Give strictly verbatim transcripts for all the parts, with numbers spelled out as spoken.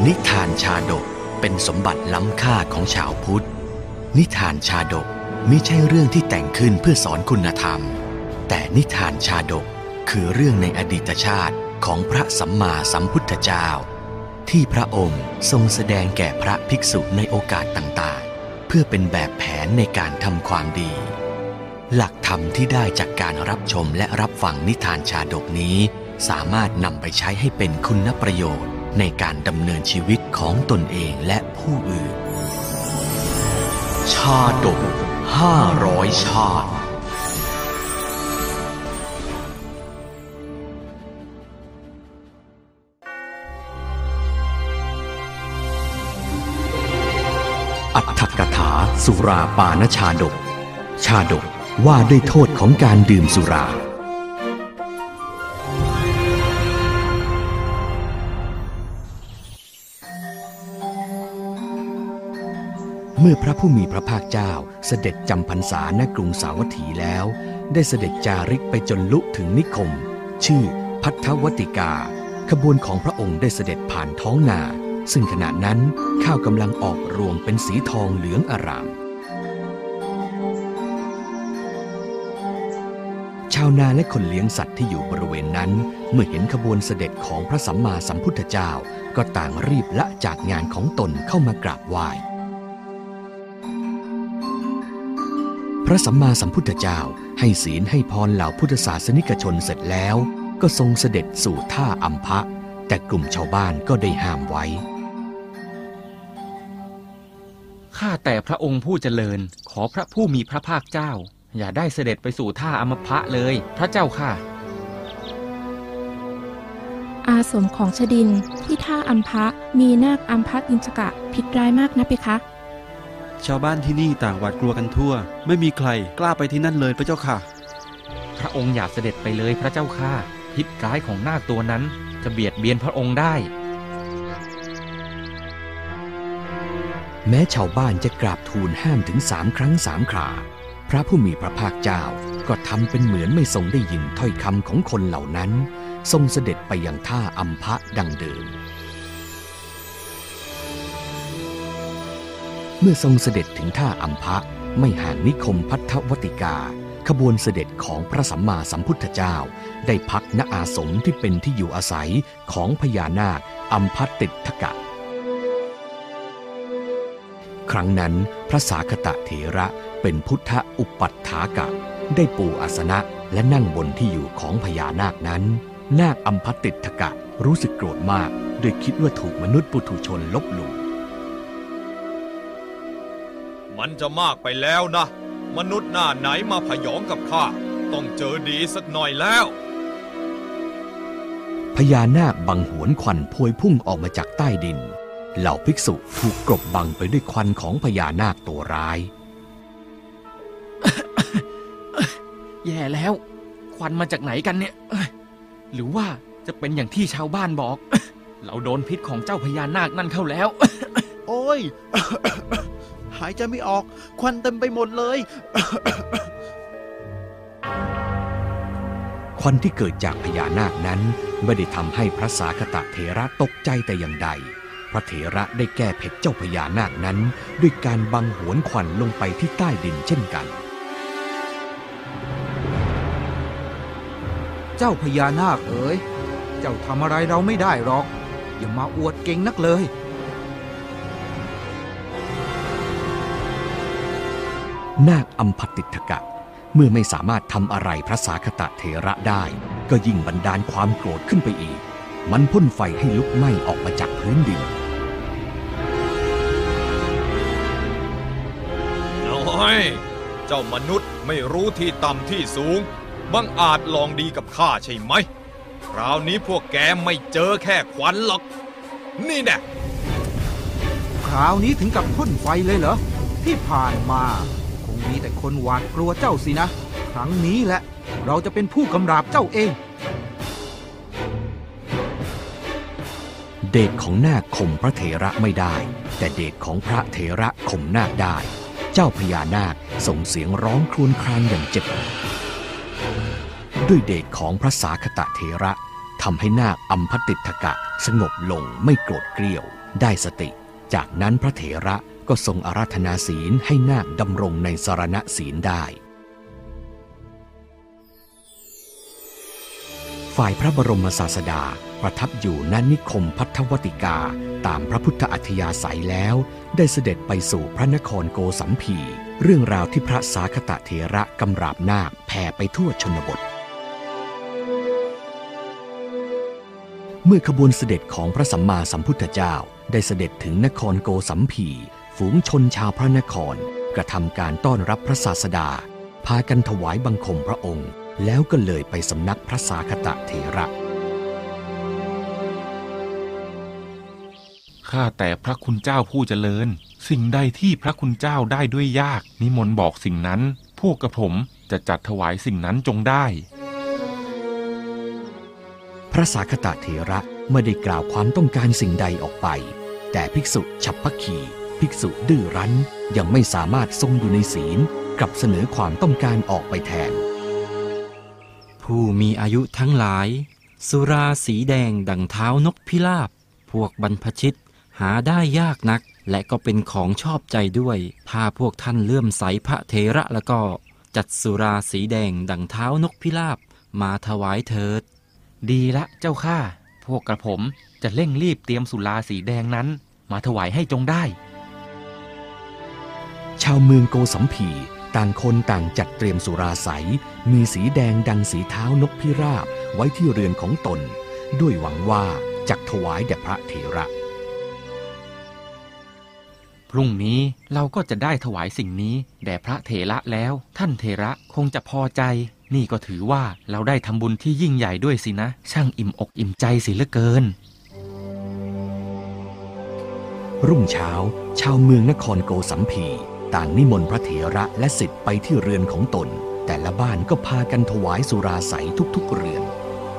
นิทานชาดกเป็นสมบัติล้ำค่าของชาวพุทธนิทานชาดกมิใช่เรื่องที่แต่งขึ้นเพื่อสอนคุณธรรมแต่นิทานชาดกคือเรื่องในอดีตชาติของพระสัมมาสัมพุทธเจ้าที่พระองค์ทรงแสดงแก่พระภิกษุในโอกาสต่างๆเพื่อเป็นแบบแผนในการทำความดีหลักธรรมที่ได้จากการรับชมและรับฟังนิทานชาดกนี้สามารถนำไปใช้ให้เป็นคุณประโยชน์ในการดำเนินชีวิตของตนเองและผู้อื่นชาดกห้าร้อยชาติอรรถกถาสุราปานชาดกชาดกว่าด้วยโทษของการดื่มสุราเมื่อพระผู้มีพระภาคเจ้าเสด็จจำพรรษาณกรุงสาวัตถีแล้วได้เสด็จจาริกไปจนลุถึงนิคมชื่อภัททวติกาขบวนของพระองค์ได้เสด็จผ่านท้องนาซึ่งขณะนั้นข้าวกำลังออกรวงเป็นสีทองเหลืองอร่ามชาวนาและคนเลี้ยงสัตว์ที่อยู่บริเวณนั้นเมื่อเห็นขบวนเสด็จของพระสัมมาสัมพุทธเจ้าก็ต่างรีบละจากงานของตนเข้ามากราบไหว้พระสัมมาสัมพุทธเจ้าให้ศีลให้พรเหล่าพุทธศาสนิกชนเสร็จแล้วก็ทรงเสด็จสู่ท่าอัมพะแต่กลุ่มชาวบ้านก็ได้ห้ามไว้ข้าแต่พระองค์ผู้เจริญขอพระผู้มีพระภาคเจ้าอย่าได้เสด็จไปสู่ท่าอัมพะเลยพระเจ้าค่ะอาสมของชดินที่ท่าอัมพะมีนาคอัมพตินชกะพิษร้ายมากนะเพคะชาวบ้านที่นี่ต่างหวาดกลัวกันทั่วไม่มีใครกล้าไปที่นั่นเลยพระเจ้าค่ะพระองค์อย่าเสด็จไปเลยพระเจ้าค่ะพิษร้ายของนาคตัวนั้นจะเบียดเบียนพระองค์ได้แม้ชาวบ้านจะกราบทูลห้ามถึงสามครั้งสามคราพระผู้มีพระภาคเจ้าก็ทำเป็นเหมือนไม่ทรงได้ยินถ้อยคำของคนเหล่านั้นทรงเสด็จไปยังท่าอัมพะดังเดิมเมื่อทรงเสด็จถึงท่าอัมพะไม่ห่างนิคมภัททวติกาขบวนเสด็จของพระสัมมาสัมพุทธเจ้าได้พักณอาสมที่เป็นที่อยู่อาศัยของพญานาคอัมพติทกะครั้งนั้นพระสาคตเถระเป็นพุทธอุปัฏฐากะได้ปูอาสนะและนั่งบนที่อยู่ของพญานาคนั้นนาคอัมพติทกะรู้สึกโกรธมากโดยคิดว่าถูกมนุษย์ปุถุชนลบหลู่มันจะมากไปแล้วนะมนุษย์หน้าไหนมาพยองกับข้าต้องเจอดีสักหน่อยแล้วพญานาคบังหวนควันพวยพุ่งออกมาจากใต้ดินเหล่าภิกษุถูกกลบบังไปด้วยควันของพญานาคตัวร้ายแย่แล้วควันมาจากไหนกันเนี่ยหรือว่าจะเป็นอย่างที่ชาวบ้านบอกเราโดนพิษของเจ้าพญานาคนั่นเข้าแล้วโอ้ยหายใจไม่ออกควันเต็มไปหมดเลยควันที่เกิดจากพญานาคนั้นไม่ได้ทำให้พระสาคตเถระตกใจแต่อย่างใดพระเถระได้แก้เผ็ดเจ้าพญานาคนั้นด้วยการบังหวนควันลงไปที่ใต้ดินเช่นกันเจ้าพญานาคเอ๋ยเจ้าทำอะไรเราไม่ได้หรอกอย่ามาอวดเก่งนักเลยนาคอัมพติทกะเมื่อไม่สามารถทำอะไรพระสาคตเถระได้ก็ยิ่งบันดาลความโกรธขึ้นไปอีกมันพ่นไฟให้ลุกไหม้ออกมาจากพื้นดินน้อยเจ้ามนุษย์ไม่รู้ที่ต่ำที่สูงบังอาจลองดีกับข้าใช่ไหมคราวนี้พวกแกไม่เจอแค่ควันหรอกนี่แน่คราวนี้ถึงกับพ่นไฟเลยเหรอที่ผ่านมาคงมีแต่คนหวาดกลัวเจ้าสินะครั้งนี้แหละเราจะเป็นผู้กำราบเจ้าเองเดชของนาคข่มพระเถระไม่ได้แต่เดชของพระเถระข่มนาคได้เจ้าพญานาคส่งเสียงร้องครวญครางอย่างเจ็บด้วยเดชของพระสาคตเถระทำให้นาคอัมพติทกะสงบลงไม่โกรธเกรี้ยวได้สติจากนั้นพระเถระก็ทรงอาราธนาศีลให้นาคดำรงในสรณศีลได้ฝ่ายพระบรมศาสดาประทับอยู่ณนิคมพัทธวติกาตามพระพุทธอัธยาศัยแล้วได้เสด็จไปสู่พระนครโกสัมพีเรื่องราวที่พระสาคตเถระกำราบนาคแผ่ไปทั่วชนบทเมื่อขบวนเสด็จของพระสัมมาสัมพุทธเจ้าได้เสด็จถึงนครโกสัมพีฝูงชนชาวพระนครกระทำการต้อนรับพระศาสดาพากันถวายบังคมพระองค์แล้วก็เลยไปสำนักพระสาคตเถระข้าแต่พระคุณเจ้าผู้เจริญสิ่งใดที่พระคุณเจ้าได้ด้วยยากนิมนต์บอกสิ่งนั้นพวกกระผมจะจัดถวายสิ่งนั้นจงได้พระสาคตเถระไม่ได้กล่าวความต้องการสิ่งใดออกไปแต่ภิกษุฉัพพคีภิกษุดื้อรั้นยังไม่สามารถทรงอยู่ในศีลกลับเสนอความต้องการออกไปแทนผู้มีอายุทั้งหลายสุราสีแดงดั่งเท้านกพิราบพวกบรรพชิตหาได้ยากนักและก็เป็นของชอบใจด้วยถ้าพวกท่านเลื่อมใสพระเถระแล้วก็จัดสุราสีแดงดั่งเท้านกพิราบมาถวายเถิดดีละเจ้าข้าพวกกระผมจะเร่งรีบเตรียมสุราสีแดงนั้นมาถวายให้จงได้ชาวเมืองโกสัมพีต่างคนต่างจัดเตรียมสุราใสมีสีแดงดังสีเท้านกพิราบไว้ที่เรือนของตนด้วยหวังว่าจักถวายแด่พระเถระพรุ่งนี้เราก็จะได้ถวายสิ่งนี้แด่พระเถระแล้วท่านเถระคงจะพอใจนี่ก็ถือว่าเราได้ทำบุญที่ยิ่งใหญ่ด้วยสินะช่างอิ่มอกอิ่มใจเสียเหลือเกินรุ่งเช้าชาวเมืองนครโกสัมพีต่างนิมนต์พระเถระและศิษย์ไปที่เรือนของตนแต่ละบ้านก็พากันถวายสุราใสทุกๆเรือน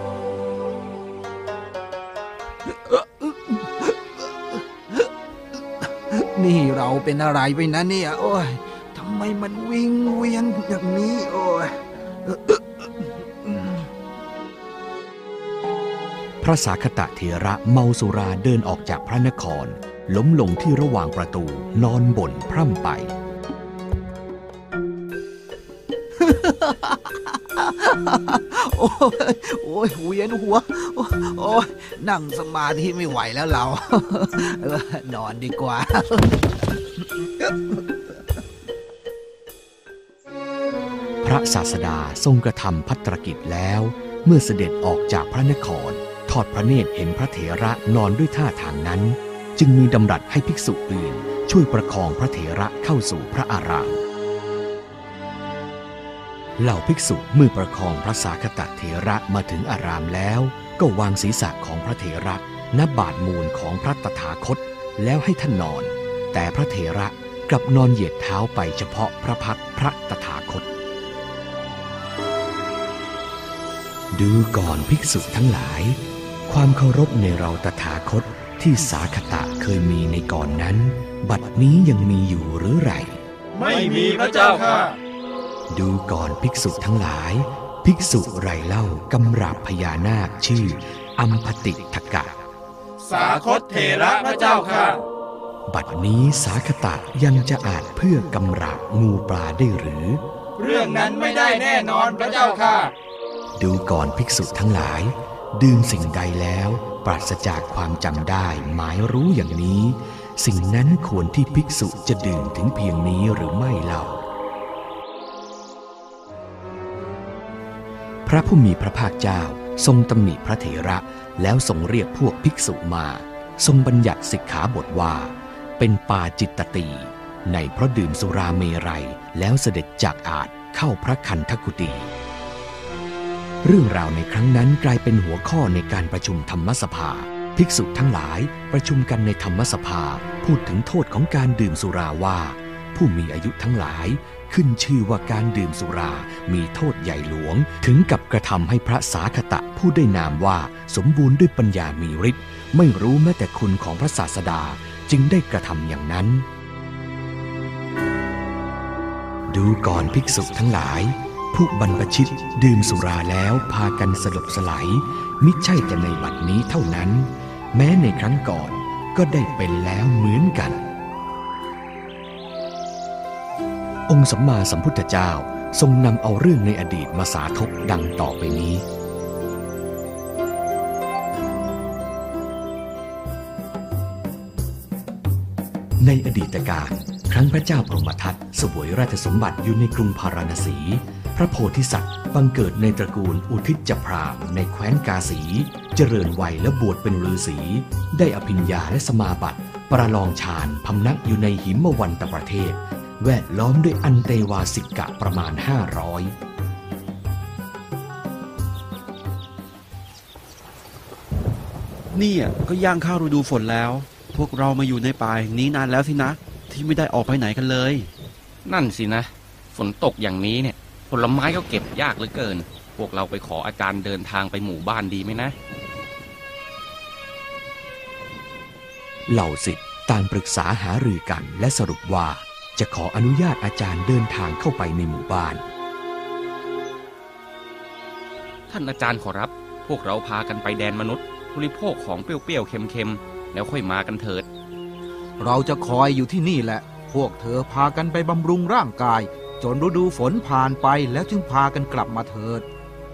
นี่เราเป็นอะไรไปนะเนี่ยโอ้ยทำไมมันวิงเวียนอย่างนี้โอ้ยพระสาคตเถระเมาสุราเดินออกจากพระนครล้มลงที่ระหว่างประตูนอนบ่นพร่ำไปโอ้ยโอ้ยเวียนหัวโอ้ยนั่งสมาธิไม่ไหวแล้วเรานอนดีกว่าพระศาสดาทรงกระทำภัตรกิจแล้วเมื่อเสด็จออกจากพระนครทอดพระเนตรเห็นพระเถระนอนด้วยท่าทางนั้นจึงมีดำรัสให้ภิกษุอื่นช่วยประคองพระเถระเข้าสู่พระอารามเหล่าภิกษุเมื่อประคองพระสาคตเถระมาถึงอารามแล้วก็วางศีรษะของพระเถระณบาทมูลของพระตถาคตแล้วให้ท่านนอนแต่พระเถระกลับนอนเหยียดเท้าไปเฉพาะพระพักตร์พระตถาคตดูก่อนภิกษุทั้งหลายความเคารพในเราตถาคตที่สาคตะเคยมีในก่อนนั้นบัดนี้ยังมีอยู่หรือไรไม่มีพระเจ้าค่ะดูก่อนภิกษุทั้งหลายภิกษุไรเล่ากำราบพญานาคชื่ออัมพติทกะสาคตเถระพระเจ้าค่ะบัดนี้สาคตะยังจะอาจเพื่อกำราบงูปลาได้หรือเรื่องนั้นไม่ได้แน่นอนพระเจ้าค่ะดูก่อนภิกษุทั้งหลายดื่มสิ่งใดแล้วปราศจากความจำได้หมายรู้อย่างนี้สิ่งนั้นควรที่ภิกษุจะดื่มถึงเพียงนี้หรือไม่เล่าพระผู้มีพระภาคเจ้าทรงตำหนิพระเถระแล้วทรงเรียกพวกภิกษุมาทรงบัญญัติสิกขาบทว่าเป็นปาจิตตีในเพราะดื่มสุราเมรัยแล้วเสด็จจากอาจเข้าพระคันธกุฏีเรื่องราวในครั้งนั้นกลายเป็นหัวข้อในการประชุมธรรมสภาภิกษุทั้งหลายประชุมกันในธรรมสภาพูดถึงโทษของการดื่มสุราว่าผู้มีอายุทั้งหลายขึ้นชื่อว่าการดื่มสุรามีโทษใหญ่หลวงถึงกับกระทำให้พระสาคตะผู้ได้นามว่าสมบูรณ์ด้วยปัญญามีฤทธิ์ไม่รู้แม้แต่คุณของพระศาสดาจึงได้กระทำอย่างนั้นดูก่อนภิกษุทั้งหลายพวกบรรพชิตดื่มสุราแล้วพากันสลบสลายมิใช่แต่ในบัดนี้เท่านั้นแม้ในครั้งก่อนก็ได้เป็นแล้วเหมือนกันองค์สัมมาสัมพุทธเจ้าทรงนำเอาเรื่องในอดีตมาสาธกดังต่อไปนี้ในอดีตการครั้งพระเจ้าพรหมทัตเสวยราชสมบัติอยู่ในกรุงพาราณสี พระโพธิสัตว์บังเกิดในตระกูลอุทิจพราหมณ์ในแคว้นกาสีเจริญวัยและบวชเป็นฤาษีได้อภิญญาและสมาบัติประลองฌานพำนักอยู่ในหิมวันตประเทศแวดล้อมด้วยอันเตวาสิกะประมาณห้าร้อยนี่ก็ย่างเข้าฤดูฝนแล้วพวกเรามาอยู่ในป่าแห่งนี้นานแล้วสินะที่ไม่ได้ออกไปไหนกันเลยนั่นสินะฝนตกอย่างนี้เนี่ยผลไม้ก็เก็บยากเหลือเกินพวกเราไปขออาจารย์เดินทางไปหมู่บ้านดีไหมนะเหล่าศิษย์ต่างปรึกษาหารือกันและสรุปว่าจะขออนุญาตอาจารย์เดินทางเข้าไปในหมู่บ้านท่านอาจารย์ขอรับพวกเราพากันไปแดนมนุษย์บริโภคของเปรี้ยวๆเค็มๆแล้วค่อยมากันเถิดเราจะคอยอยู่ที่นี่แหละพวกเธอพากันไปบำรุงร่างกายจนฤดูฝนผ่านไปแล้วจึงพากันกลับมาเถิด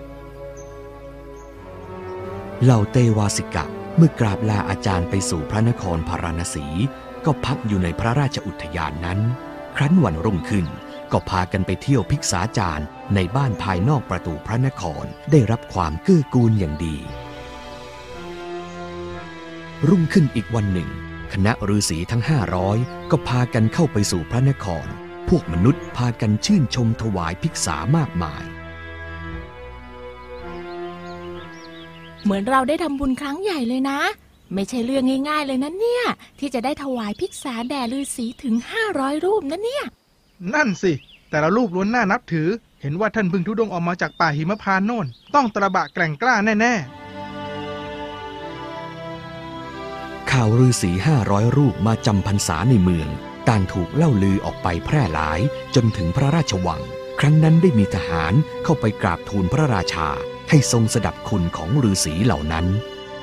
เหล่าเตวาสิกะเมื่อกราบลาอาจารย์ไปสู่พระนครพาราณสีก็พักอยู่ในพระราชอุทยานนั้นครั้นวันรุ่งขึ้นก็พากันไปเที่ยวภิกษาจารย์ในบ้านภายนอกประตูพระนครได้รับความเกื้อกูลอย่างดีรุ่งขึ้นอีกวันหนึ่งคณะฤาษีทั้งห้าร้อยก็พากันเข้าไปสู่พระนครพวกมนุษย์พากันชื่นชมถวายภิกษามากมายเหมือนเราได้ทำบุญครั้งใหญ่เลยนะไม่ใช่เรื่องง่ายๆเลยนะเนี่ยที่จะได้ถวายภิกษาแด่ฤาษีถึงห้าร้อยรูปนะเนี่ยนั่นสิแต่ละรูปล้วนน่านับถือเห็นว่าท่านเพิ่งธุดงค์ออกมาจากป่าหิมพานต์โน่นต้องตระบะแกร่งกล้าแน่ๆข่าวฤาษีห้าร้อยรูปมาจำพรรษาในเมืองต่างถูกเล่าลือออกไปแพร่หลายจนถึงพระราชวังครั้งนั้นได้มีทหารเข้าไปกราบทูลพระราชาให้ทรงสดับคุณของฤาษีเหล่านั้น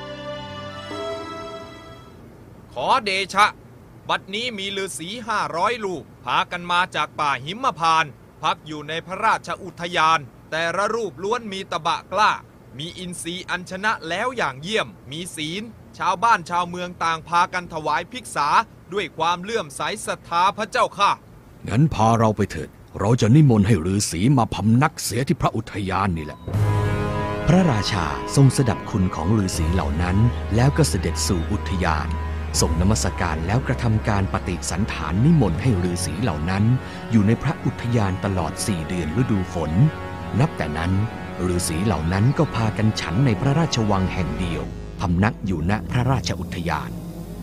ขอเดชะบัดนี้มีฤาษีห้าร้อยลูกพากันมาจากป่าหิมพานต์พักอยู่ในพระราชอุทยานแต่ละรูปล้วนมีตบะกล้ามีอินทรีย์อัญชนะแล้วอย่างเยี่ยมมีศีลชาวบ้านชาวเมืองต่างพากันถวายภิกษาด้วยความเลื่อมใสศรัทธาพระเจ้าค่ะงั้นพาเราไปเถิดเราจะนิมนต์ให้ฤาษีมาพำนักเสียที่พระอุทยานนี่แหละพระราชาทรงสดับคุณของฤาษีเหล่านั้นแล้วก็เสด็จสู่อุทยานทรงนมัสการแล้วกระทำการปฏิสันถานนิมนต์ให้ฤาษีเหล่านั้นอยู่ในพระอุทยานตลอดสี่เดือนฤดูฝนนับแต่นั้นฤาษีเหล่านั้นก็พากันฉันในพระราชวังแห่งเดียวพำนักอยู่ณพระราชอุทยาน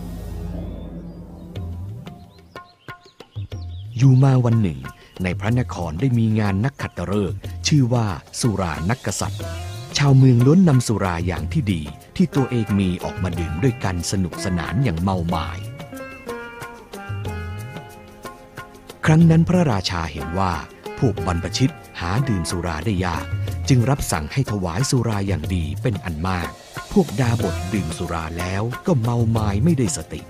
อยู่มาวันหนึ่งในพระนครได้มีงานนักขัตฤกษ์ชื่อว่าสุรานักกษัตริย์ชาวเมืองล้วนนำสุราอย่างที่ดีที่ตัวเองมีออกมาดื่มด้วยกันสนุกสนานอย่างเมาหม่ายครั้งนั้นพระราชาเห็นว่าพวกบรรพชิตหาดื่มสุราได้ยากจึงรับสั่งให้ถวายสุราอย่างดีเป็นอันมากพวกดาบทดื่มสุราแล้วก็เมาหม่ายไม่ได้สติ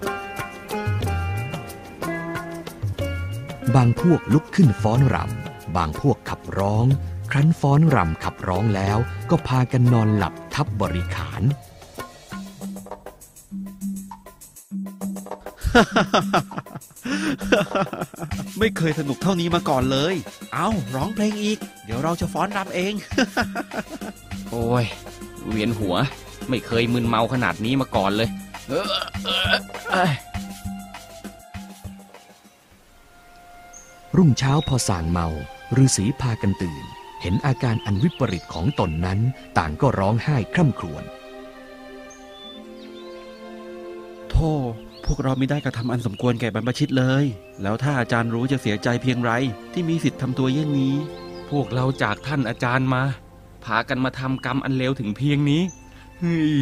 บางพวกลุกขึ้นฟ้อนรำบางพวกขับร้องครั้นฟ้อนรำขับร้องแล้วก็พากันนอนหลับทับบริขารไม่เคยสนุกเท่านี้มาก่อนเลยเอ้าร้องเพลงอีกเดี๋ยวเราจะฟ้อนรำเองโอ้ยเวียนหัวไม่เคยมึนเมาขนาดนี้มาก่อนเลยเออเออเออรุ่งเช้าพอส่างเมาฤาษีพากันตื่นเห็นอาการอันวิปริตของตนนั้นต่างก็ร้องไห้คร่ำครวญโธ่พวกเราไม่ได้กระทำอันสมควรแก่บรรพชิตเลยแล้วถ้าอาจารย์รู้จะเสียใจเพียงไรที่มีสิทธิ์ทำตัวเยี่ยงนี้พวกเราจากท่านอาจารย์มาพากันมาทำกรรมอันเลวถึงเพียงนี้เฮ้ย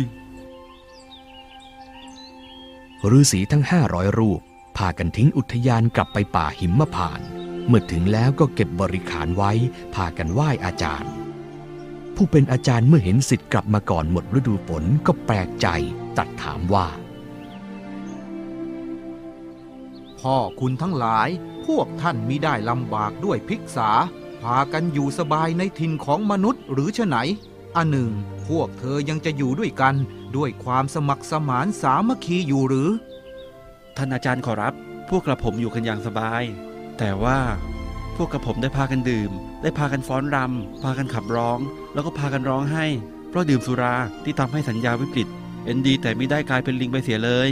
ฤาษีทั้งห้าร้อยรูปพากันทิ้งอุทยานกลับไปป่าหิมพานต์เมื่อถึงแล้วก็เก็บบริขารไว้พากันไหว้อาจารย์ผู้เป็นอาจารย์เมื่อเห็นศิษย์กลับมาก่อนหมดฤดูฝนก็แปลกใจตรัสถามว่าพ่อคุณทั้งหลายพวกท่านมิได้ลำบากด้วยภิกษาพากันอยู่สบายในถิ่นของมนุษย์หรือไฉนอันหนึ่งพวกเธอยังจะอยู่ด้วยกันด้วยความสมัครสมานสามัคคีอยู่หรือท่านอาจารย์ขอรับพวกกระผมอยู่กันอย่างสบายแต่ว่าพวกกระผมได้พากันดื่มได้พากันฟ้อนรำพากันขับร้องแล้วก็พากันร้องไห้เพราะดื่มสุราที่ทำให้สัญญาวิปริตเอ็นดีแต่ไม่ได้กลายเป็นลิงไปเสียเลย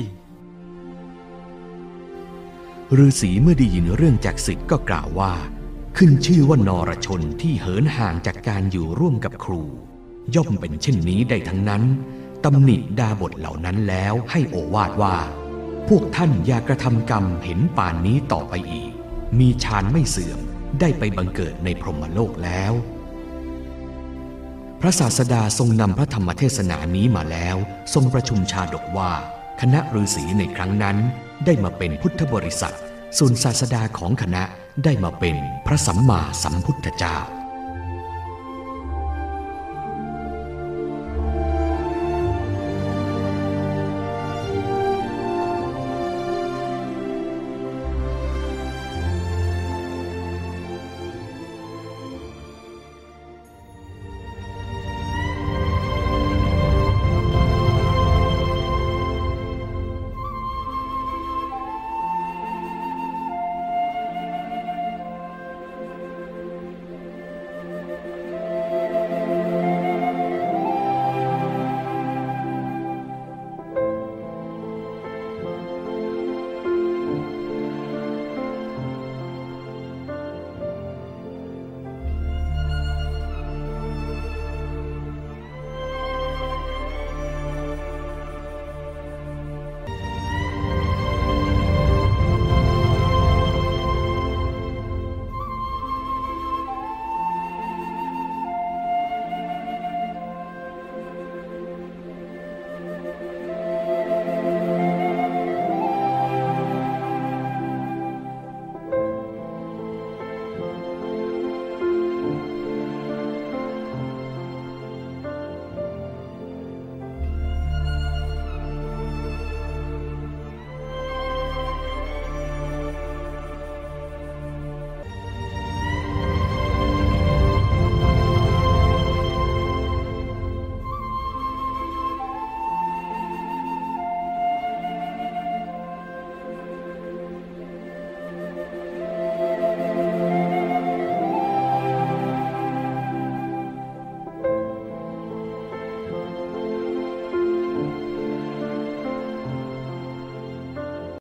ฤาษีเมื่อได้ยินเรื่องจากศิษย์ก็กล่าวว่าขึ้นชื่อว่านรชนที่เหินห่างจากการอยู่ร่วมกับครูย่อมเป็นเช่นนี้ได้ทั้งนั้นตำหนิดาบทเหล่านั้นแล้วให้โอวาทว่าพวกท่านอย่ากระทำกรรมเห็นป่านนี้ต่อไปอีกมีฌานไม่เสื่อมได้ไปบังเกิดในพรหมโลกแล้วพระศาสดาทรงนำพระธรรมเทศนานี้มาแล้วทรงประชุมชาดกว่าคณะฤาษีในครั้งนั้นได้มาเป็นพุทธบริษัทส่วนศาสดาของคณะได้มาเป็นพระสัมมาสัมพุทธเจ้า